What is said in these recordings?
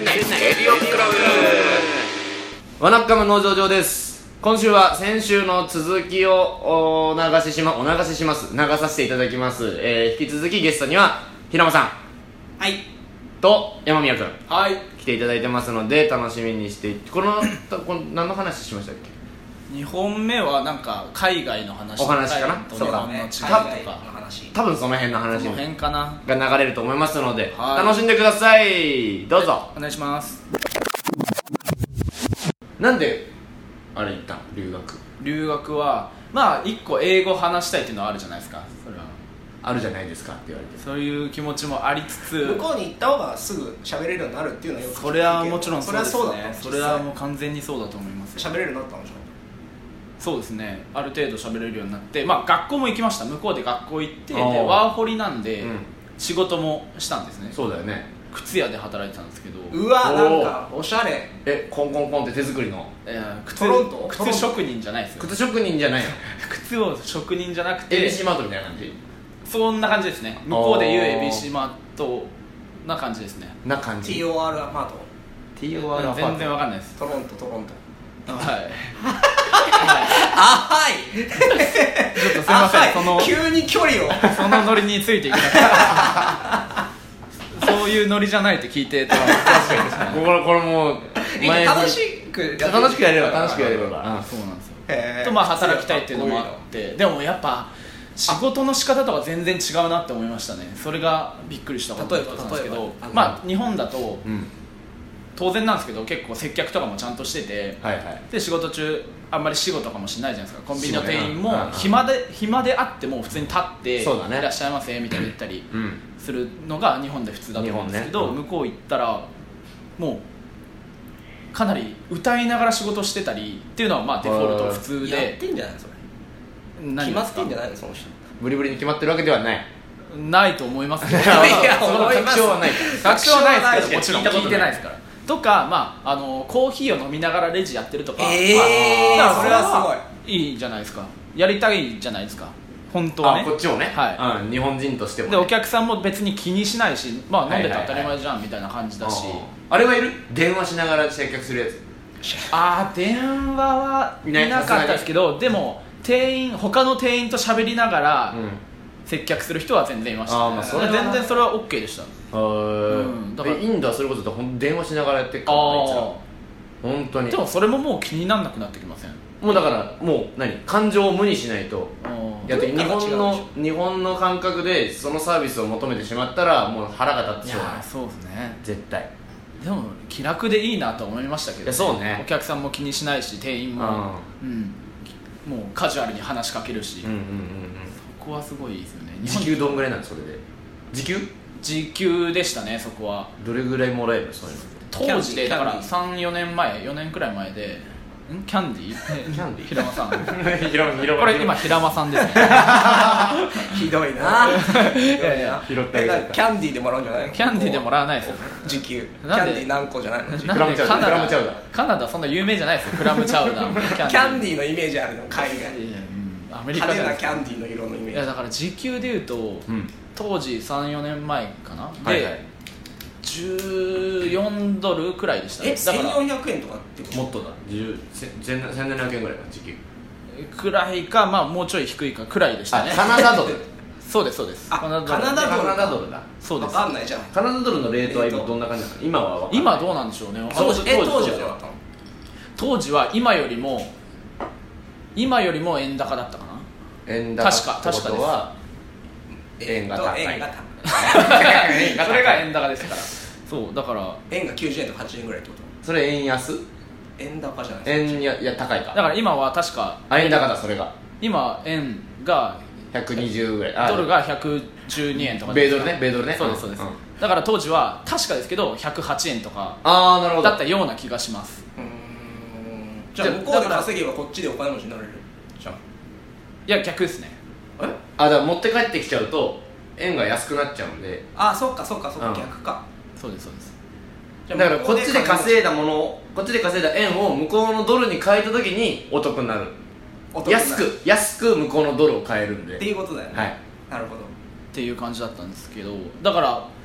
レディオクラブ。ワナッカム農場上です。今週は先週の続きを流させていただきます。引き続きゲストには平間さんと山宮くん来ていただいてますので楽しみにしてこの何の話しましたっけ。 2本目はなんか海外の話お話かな。 そうだね、 海外の話、多分その辺の話かなが流れると思いますので、楽しんでください。どうぞ、 お願いします。 なんであれ行ったの？留学はまあ1個英語話したいっていうのはあるじゃないですか。それはあるじゃないですかって言われて、 そういう気持ちもありつつ、 向こうに行った方がすぐ喋れるようになるっていうのはよく聞いてるけど、 それはもちろんそうですね。 それはもう完全にそうだと思います。 喋れるようになったんでしょ。 そうですね、ある程度喋れるようになって、まあ学校も行きました。向こうで学校行ってでワーホリなんで、仕事もしたんですね。 そうだよね。 靴屋で働いてたんですけど、 うわ、なんかおしゃれ。 コンコンコンって手作りの靴職人じゃないですよ。 靴職人じゃないの。 靴を職人じゃなくて ABC マートみたいな感じ。 そんな感じですね。向こうでいう ABC マートな感じですね。 な感じ。 TOR マート。 TOR マート全然わかんないです。 トロントはいはいちょっとすいません、その急に距離をそのノリについていけなかったそういうノリじゃないって聞いてたら確かにこれもう楽しくやればそうなんですよ。とまあ働きたいっていうのもあって、でもやっぱ仕事の仕方とか全然違うなって思いましたね。それがびっくりしたことなんですけど、まあ日本だと当然なんですけど結構接客とかもちゃんとしてて、で仕事中あんまり仕事とかもしないじゃないですか。コンビニの店員も暇であっても普通に立っていらっしゃいませみたいに言ったりするのが日本で普通だと思うんですけど、向こう行ったらもうかなり歌いながら仕事してたりっていうのはまあデフォルト普通で。 やってんじゃないそれ。決まってんじゃないのその人。 ブリブリに決まってるわけではないと思いますけどいや確証はない確証はないですけど、もちろん聞いてないですから。とか、まあ、コーヒーを飲みながらレジやってるとか、 それはすごいいじゃないですか。やりたいじゃないですか本当はね。 こっちもね、日本人としてもね。 でお客さんも別に気にしないし、まあ飲んでて当たり前じゃんみたいな感じだし。 あれはいる？電話しながら接客するやつ。 電話はいなかったですけど、でも他の店員と喋りながら接客する人は全然いましたね。全然それは OK でした。 だからインドはそれこそ電話しながらやってるからね、いつら本当に。 でもそれももう気にならなくなってきません？ もうだからもう感情を無にしないとやって、日本の感覚でそのサービスを求めてしまったらもう腹が立ってしまう。 いやそうですね、 絶対。 でも気楽でいいなと思いましたけど、 そうね。 お客さんも気にしないし店員も、もうカジュアルに話しかけるし、そこはすごいいいですよね。 時給どんぐらいなんですか？それで時給でしたね。そこはどれぐらいもらえるの？そういうの当時でだから4年くらい前でキャンディー平間さんこれ今平間さんですねひどいな拾ってあげて。 キャンディーでもらうんじゃないの？ キャンディーでもらわないですよ時給。キャンディー何個じゃないの？ クラムチャウダー。 カナダそんな有名じゃないですよ。クラムチャウダーキャンディーのイメージあるの海外。 アメリカじゃない。 派手なキャンディーの色のイメージ。 いやだから時給でいうと当時 3,4 年前かなで14ドルくらいでしたね。 1400円とかってこと？ もっとだ。1700円ぐらいか時給くらいか、まあもうちょい低いかくらいでしたね。 カナダドルそうです。 カナダドルだ。 そうです。 分かんないじゃん。 カナダドルのレートは今どんな感じなの？今は分かんない。 今どうなんでしょうね。 当時はどうだったの？ 当時は今よりも円高だったかな。 円高ってことは円が高い。それが円高ですから。そうだから円が90円とか80円ぐらいってこと？ それ円安？ 円高じゃないですか。 いや高いか。 だから今は確か円高だ。それが今円が 120ぐらい、 ドルが112円とか米ドルね。 そうです、だから当時は確かですけど108円とかだったような気がします。 じゃあ向こうで稼げばこっちでお金持ちになれるじゃん。 いや逆ですね。 だから持って帰ってきちゃうと円が安くなっちゃうんで。 そっか逆か。 そうです。 だからこっちで稼いだ円を向こうのドルに変えた時にお得になる。安く向こうのドルを買えるんでっていうことだよね。 はい、 なるほどっていう感じだったんですけど、だから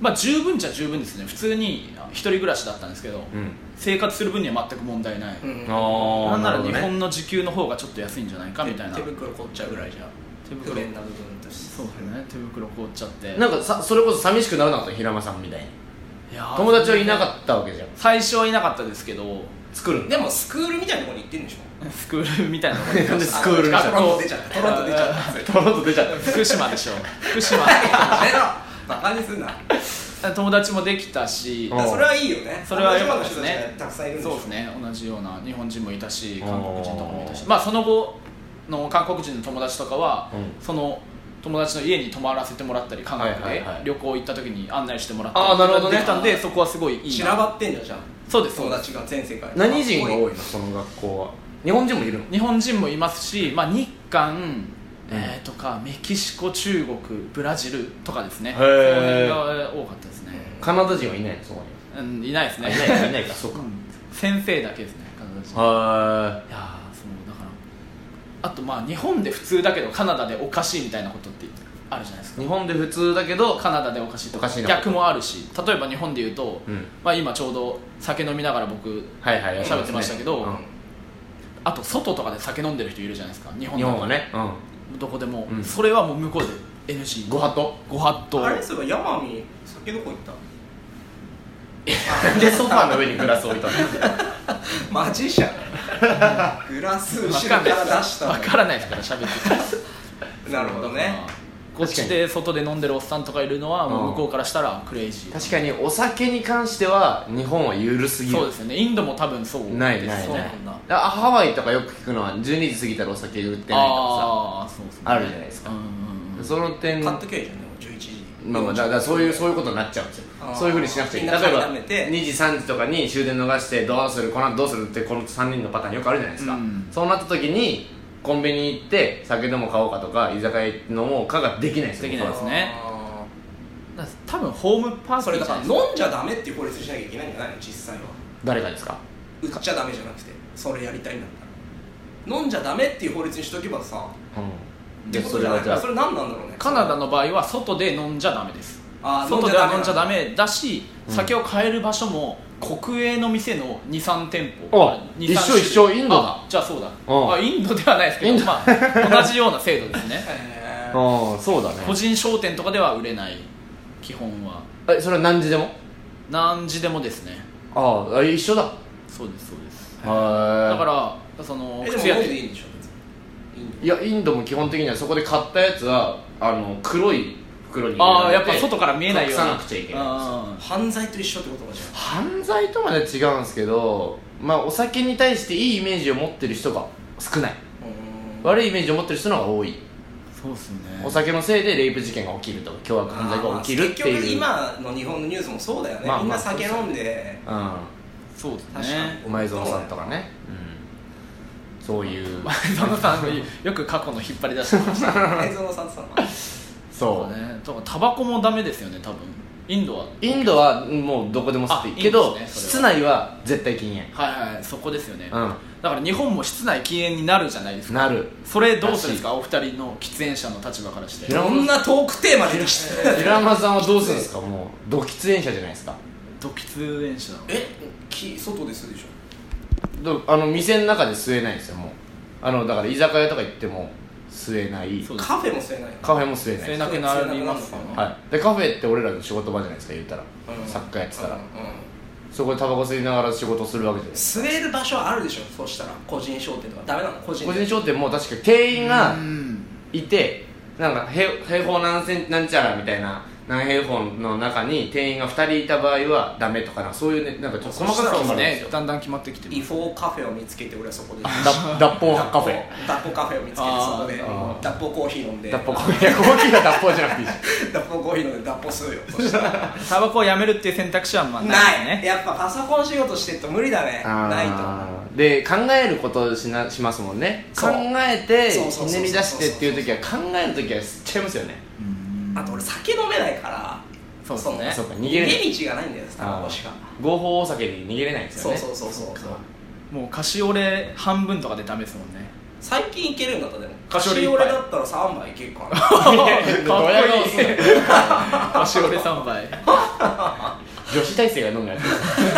まあ十分じゃ十分ですね。普通に一人暮らしだったんですけど、生活する分には全く問題ない、なんなら日本の時給の方がちょっと安いんじゃないかみたいな。 手袋凍っちゃうぐらいじゃ不便な部分として。 そうですね、手袋凍っちゃって、 なんかそれこそ寂しくならなかった平間さんみたいに。友達はいなかったわけじゃん。 最初はいなかったですけど、 作るでもスクールみたいなところに行ってるんでしょ。 スクールみたいなところになんでスクールみたいなトロント出ちゃったトロント出ちゃった福島でしょ。福島バカにすんな。 友達もできたし、 それはいいよね。 それは良かったですね。 たくさんいるんでしょ。 そうですね、同じような日本人もいたし、韓国人とかもいたし、まあその後の韓国人の友達とかは、その友達の家に泊まらせてもらったり、韓国で旅行行った時に案内してもらったりできたんで、そこはすごいいいな。 散らばってんじゃん。じゃあそうです。 友達が全世界。 何人が多いのその学校は。日本人もいるの？ 日本人もいますし、まあ日韓とかメキシコ、中国、ブラジルとかですね。その辺が多かったですね。 カナダ人はいないのそこに？ いないですね。 いないか、そうか。 先生だけですね、カナダ人。 はいやそうだから、あとまあ日本で普通だけどカナダでおかしいみたいなことってあるじゃないですか。 日本で普通だけどカナダでおかしいとか逆もあるし、例えば日本で言うと、まあ今ちょうど酒飲みながら僕喋ってましたけど、あと外とかで酒飲んでる人いるじゃないですか。日本はね、 どこでも、それはもう向こうで NG。 ご法度。 あれそういえばヤマミ酒どこ行った？ でソファーの上にグラス置いたの。 マジシャン。グラス後ろから出したの。 分からないですから喋ってて。 なるほどね。 こっちで外で飲んでるおっさんとかいるのはもう向こうからしたらクレイジー。 確かにお酒に関しては日本は緩すぎる。 そうですよね。インドも多分そうですね。 ないハワイとかよく聞くのは12時過ぎたらお酒売ってないとかさ、あるじゃないですか。その点買っとけばいいじゃん。11時。 まあだからそういうことになっちゃうんですよ。そういうふうにしなくちゃいけない。例えば2時3時とかに終電逃してどうするこの後どうするってこの3人のパターンよくあるじゃないですか。そうなった時にコンビニ行って酒でも買おうかとか居酒屋飲もうかができないですよ。 できないですね。多分ホームパーティーそれだから飲んじゃダメっていう法律しなきゃいけないんじゃないの実際は。 誰がですか？ 売っちゃダメじゃなくてそれやりたいんだったら飲んじゃダメっていう法律にしとけばさ、 でそれはじゃあそれ何なんだろうね。 カナダの場合は外で飲んじゃダメです。 外では飲んじゃダメだし、酒を買える場所も国営の店の 2,3 店舗。 一緒インドだ。 じゃあそうだ。インドではないですけど、まあ同じような制度ですね。 そうだね。 個人商店とかでは売れない。基本はそれは何時でも？ 何時でもですね。 一緒だ。 そうですそうです。だからその靴屋でいいんでしょ。 いやインドも基本的にはそこで買ったやつは黒い袋に入れられて、 やっぱ外から見えないように隠さなくちゃいけないんですよ。 犯罪と一緒ってことか。じゃあ犯罪とまでは違うんですけど、まあお酒に対していいイメージを持ってる人が少ない。悪いイメージを持ってる人の方が多い。 そうですね。 お酒のせいでレイプ事件が起きるとか凶悪犯罪が起きるっていう。 結局今の日本のニュースもそうだよね。みんな酒飲んで。 そうですね。 前園さんとかね。そういう前園さんよく過去の引っ張り出してました。 前園さんってさ。 そうね。タバコもダメですよね多分。インドはもうどこでも吸っていいけど、室内は絶対禁煙。 はいそこですよね。だから日本も室内禁煙になるじゃないですか。 なる。 それどうするんですかお二人の喫煙者の立場からして。 こんなトークテーマで平間さんはどうするんですか？もうド喫煙者じゃないですか。 ド喫煙者。 外でするでしょ。店の中で吸えないんですよ。もうだから居酒屋とか行っても吸えない。 カフェも吸えない。 カフェも吸えない。 吸えなくなりますかね。 はい。でカフェって俺らの仕事場じゃないですか言ったら。作家やってたら。そこでタバコ吸いながら仕事するわけじゃないですか。 吸える場所はあるでしょ。そうしたら個人商店とかダメなの？個人商店も確か店員がいて、なんか平方なんちゃらみたいな何平方の中に店員が2人いた場合はダメとかな、そういうね、なんかちょっと細かく決まるんですよ。 だんだん決まってきてる。 違法カフェを見つけて俺はそこで脱法カフェを見つけてそこで脱法コーヒー飲んで。 脱法コーヒーは脱法じゃなくていいし。 脱法コーヒー飲んで脱法吸うよ。そしたらタバコをやめるっていう選択肢はまあないね。やっぱパソコン仕事してると無理だね。ないとで考えることをしますもんね。考えてひねり出してっていう時は考える時は吸っちゃいますよね。 あと俺酒飲めないからそうですね。 そうか、 逃げ道がないんだよ、タバコしか。 合法お酒に逃げれないんですよね。 そうもうカシオレ半分とかでダメですもんね。 最近いけるんだったでもカシオレだったら3杯いけるかな。 かっこいい。カシオレ3杯女子大生が飲むやつそうですね。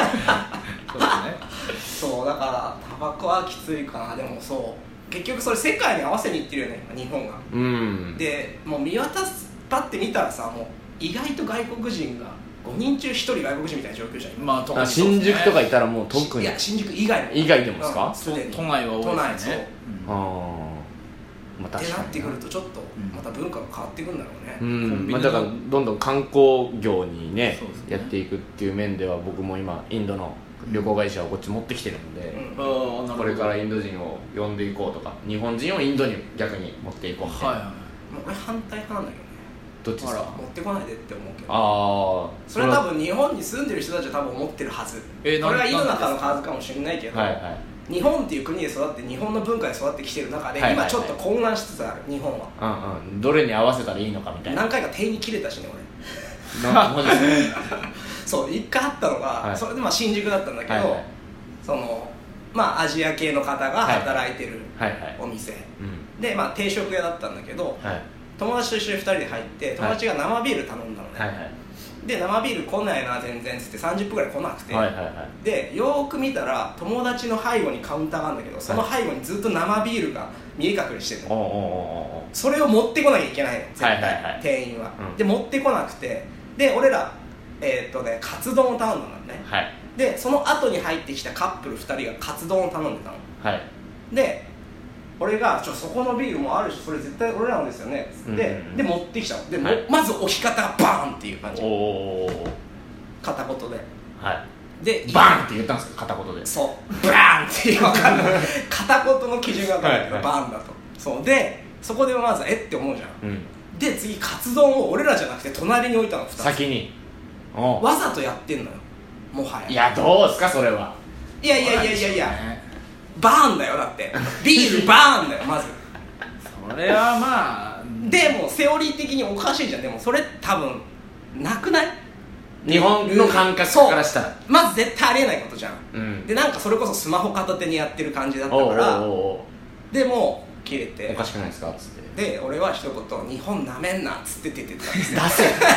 そうだからタバコはきついかな。でもそう結局それ世界に合わせにいってるよね今日本が。でもう見渡すパッて見たらさもう意外と外国人が5人中1人外国人みたいな状況じゃん今。 まあ特に新宿とかいたらもう特に。 いや新宿以外もでもですか？ すでに都内は多いですね。 都内そう、 まあ、 ってなってくるとちょっとまた文化が変わってくるんだろうね。 まあ、だからどんどん観光業にねそうですねやっていくっていう面では僕も今インドの旅行会社をこっち持ってきてるんで、これからインド人を呼んでいこうとか日本人をインドに逆に持っていこうみたいな、 はいはい。 俺反対派なんだけどね。 どっちですか？ 持ってこないでって思うけど。 それは多分日本に住んでる人たちは多分思ってるはず。これが井の中の数かもしれないけど、日本っていう国で育って日本の文化で育ってきてる中で、今ちょっと混乱しつつある日本は。 どれに合わせたらいいのかみたいな。 何回か店員に切れたしね俺。 マジですか？ そう一回あったのが、それでまあ新宿だったんだけど、そのまあアジア系の方が働いてるお店で、まあ定食屋だったんだけど、友達と一緒に2人で入って友達が生ビール頼んだのね。で生ビール来ないな全然っつって30分ぐらい来なくて、でよーく見たら友達の背後にカウンターがあるんだけど、その背後にずっと生ビールが見え隠れしてるの。それを持ってこなきゃいけないの絶対店員は。で持ってこなくて、で俺らカツ丼を頼んだんだね。でその後に入ってきたカップル2人がカツ丼を頼んでたの。で俺がそこのビールもあるしそれ絶対俺らのですよねっつって、で持ってきたので、まず置き方がバーンっていう感じ。片言でバーンって言ったんですか？片言で。 そうバーンっていう分かんない片言の基準が分かんないけどバーンだと。そうでそこでまずって思うじゃん。で次カツ丼を俺らじゃなくて隣に置いたの2つ先に。 わざとやってんのよもはや。 いやどうですかそれは。 いやバーンだよだってビールバーンだよまず。 それはまあでもセオリー的におかしいじゃん。でもそれ多分なくない？ 日本の感覚からしたらまず絶対ありえないことじゃん。でなんかそれこそスマホ片手にやってる感じだったからでも切れておかしくないですかっつって。 で俺は一言日本なめんなっつって出てたんですよ。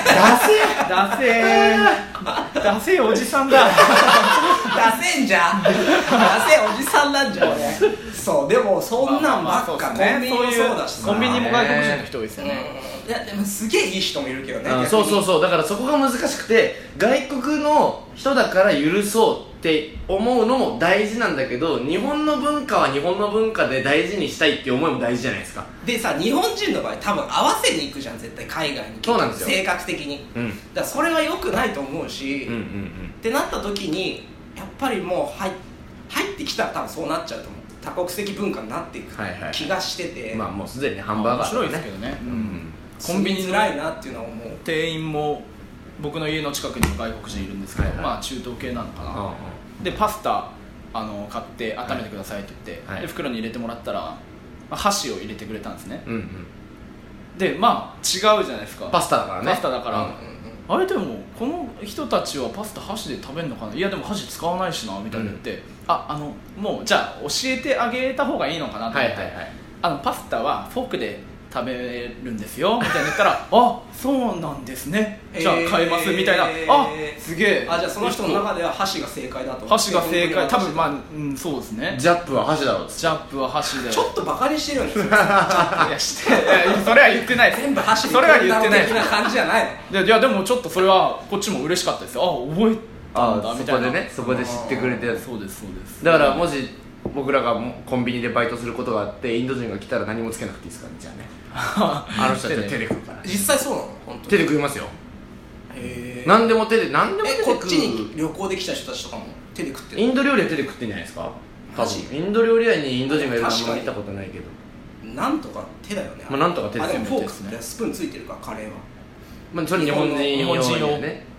ダセおじさんだ。 ダセんじゃん。ダセおじさんなんじゃん俺。そうでもそんなんばっか、コンビニもそうだしコンビニも外国人の人多いですよね。 いやでもすげえいい人もいるけどね。 そうだからそこが難しくて外国の人だから許そうって思うのも大事なんだけど、日本の文化は日本の文化で大事にしたいっていう思いも大事じゃないですか。 でさ日本人の場合多分合わせに行くじゃん絶対海外に。 そうなんですよ性格的に、だからそれは良くないと思うし、ってなった時にやっぱりもう入ってきたら多分そうなっちゃうと思う。多国籍文化になっていく気がしてて、 まあもうすでにハンバーガー面白いですけどね。 コンビニづらいなっていうのは思う。 店員も僕の家の近くにも外国人いるんですけど、まあ中東系なのかな。でパスタ買って温めてくださいって言って、で袋に入れてもらったら、箸を入れてくれたんですね。でまあ違うじゃないですか。 パスタだからね。 パスタだから、あれでもこの人たちはパスタ箸で食べるのかな。いやでも箸使わないしなみたいな言って、もうじゃあ教えてあげた方がいいのかなと思って、パスタはフォークで食べるんですよみたいな言ったらあ、そうなんですね、じゃあ買いますみたいな、すげえ。 じゃあその人の中では箸が正解だと。 箸が正解、多分そうですね。 ジャップは箸だろう。 ジャップは箸で。 ちょっとバカにしてるよね。 いやそれは言ってないです。 全部箸にそれは言ってない的な感じじゃないの。 いやでもちょっとそれはこっちも嬉しかったですよ。覚えたんだみたいな。 そこで知ってくれて。 そうですそうです。 だからもし僕らがコンビニでバイトすることがあってインド人が来たら何もつけなくていいですかね。じゃあねあの人たちは手で食うから。 実際そうなの？本当手で食いますよ。何でも手でこっちに旅行で来た人たちとかも手で食ってる。 インド料理は手で食ってんじゃないですか。多分インド料理屋にインド人がいるのはあんま見たことないけど、 なんとか手だよね。 なんとか手ですよね。 でもフォークってスプーンついてるからカレーは。 それ日本人用ね。 なるほど。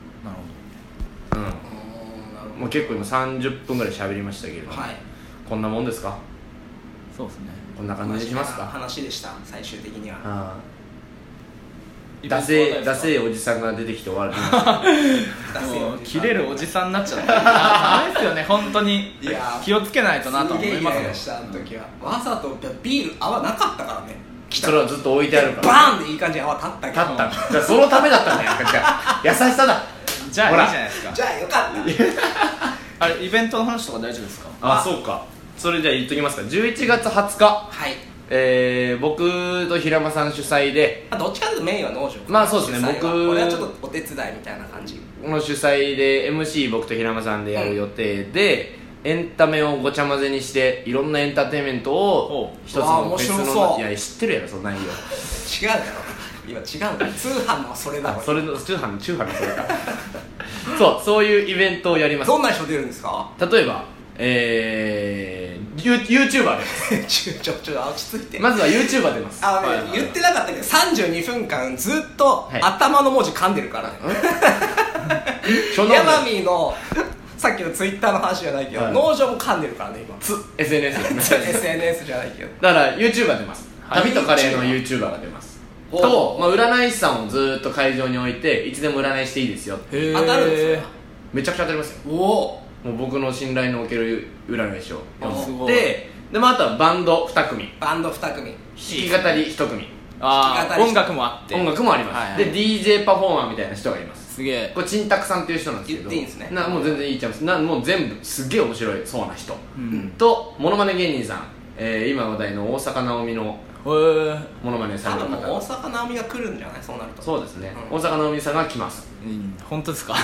もう結構今30分ぐらい喋りましたけれども、こんなもんですか。 そうですね。 こんな感じにしますか。 話でした最終的には。 ダセーおじさんが出てきて終わる。 切れるおじさんになっちゃった。ダメですよね本当に。気をつけないとなと思いますよ。 したあの時はわざとビール泡なかったからね。 それはずっと置いてあるから。 バーンでいい感じに泡立ったけど。 立った。そのためだったんだよ。優しさだ。 じゃあいいじゃないですか。 じゃあよかったあれイベントの話とか大丈夫ですか？ あ、そうか。それじゃあ言っときますか。11月20日、 はい、 僕と平間さん主催で、 どっちかというとメインは農場、 まあそうですね、僕俺はちょっとお手伝いみたいな感じの主催で MC 僕と平間さんでやる予定で、エンタメをごちゃ混ぜにしていろんなエンターテインメントを一つのフェスの、いや知ってるやろその内容。 違うだろ今、違うだろ、通販のそれだろ、 それの通販のそれかそういうイベントをやります。 どんな人出るんですか？ 例えばYouTuber ですちょ落ち着いて。 まずは YouTuber 出ます。 言ってなかったけど32分間ずっと頭の文字噛んでるからね。ヤマミーのさっきのツイッターの話じゃないけど、農場も噛んでるからね今。 SNS ですね。 SNS じゃないけど。 だから YouTuber 出ます。旅とカレーの YouTuber が出ます。と、占い師さんをずっと会場に置いていつでも占いしていいですよ。 当たるんですか？ めちゃくちゃ当たりますよ。 もう僕の信頼のおける占い師をやってで、あとはバンド2組、弾き語り1組、 音楽もあって、 音楽もあります、で DJ パフォーマーみたいな人がいます。 すげえ。 これチンタクさんっていう人なんですけど、 言っていいんですね。 もう全然言っちゃいます。もう全部すげえ面白いそうな人、とモノマネ芸人さん、今話題の大坂なおみのモノマネされる方、 大坂なおみが来るんじゃない？そうなると。 そうですね、大坂なおみさんが来ます。 本当ですか？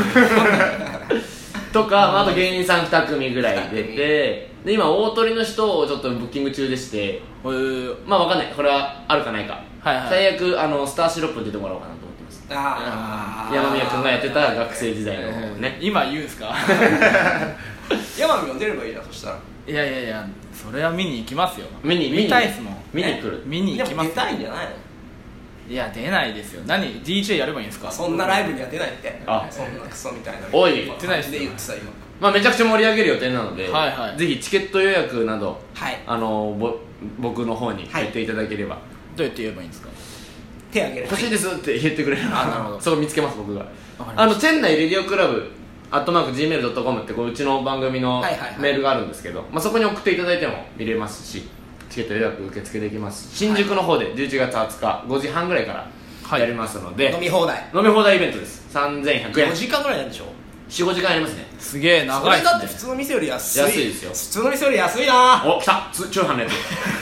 とか、あと芸人さん2組ぐらい出て、で今大鳥の人をちょっとブッキング中でして、まあ分かんない、これはあるかないか、最悪スターシロップに出てもらおうかなと思ってます。山宮君がやってた学生時代のね。 今言うんすか？ 山宮出ればいいじゃん、そしたら。 いやそれは見に行きますよ。 見たいっすもん。 見に来る。 見に行きます。 出たいんじゃないの？ いや出ないですよ。DJ やればいいんですか？ そんなライブには出ないって。そんなクソみたいな。 おい、 出ないですよ。 言ってた今。 まあめちゃくちゃ盛り上げる予定なので、ぜひチケット予約など、僕の方に入っていただければ。 どうやって言えばいいんですか？ 手挙げる。 欲しいですって言ってくれる。 なるほど。 そこ見つけます僕が。チェンナイレディオクラブ@gmail.com ってうちの番組のメールがあるんですけど、そこに送っていただいても見れますし、チケット予約受付できます。新宿の方で11月20日5時半ぐらいからやりますので、 飲み放題イベントです。3100円。 4時間ぐらいなんでしょ ？4、5時間やりますね。 すげえ長いですね。 それだって普通の店より安い。 安いですよ。 普通の店より安いな。 お、来た中販のやつ。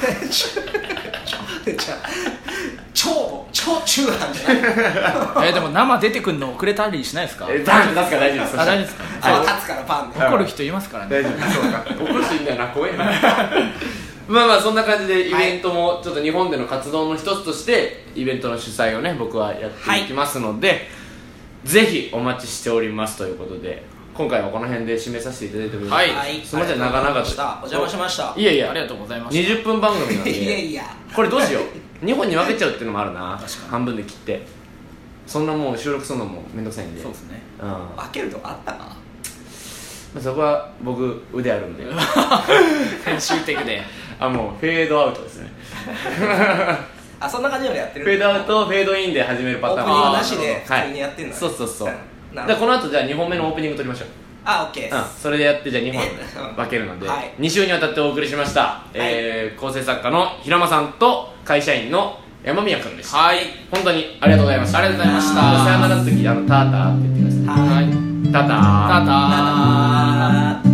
超中販じゃない？ でも生出てくんの遅れたりしないですか？ バンって出すから大丈夫です。 大丈夫ですか？ 立つからパンで怒る人いますからね。 大丈夫。そうか。怒る人いるんだよな、怖えな。まあそんな感じでイベントもちょっと日本での活動の一つとしてイベントの主催をね僕はやっていきますので、ぜひお待ちしておりますということで、今回はこの辺で締めさせていただいております。すみません、長々とお邪魔しました。 いやいや、 ありがとうございました。 20分番組なんでいやこれどうしよう、2本に分けちゃうっていうのもあるな。半分で切って、そんなもう収録するのもめんどくさいんで。 そうですね。 分けるとかあったか？ そこは僕腕あるんで編集的でもうフェードアウトですね。 そんな感じでやってる。 フェードアウトフェードインで始めるパターン。 オープニングなしで普通にやってるの。 そうでこの後じゃあ2本目のオープニング撮りましょう。 オッケーです。 それでやってじゃあ2本分けるので、2週にわたってお送りしました。構成作家の平間さんと会社員の山宮君でした。本当にありがとうございました。 ありがとうございました。 さよならの時ターターって言ってください。 タタタター。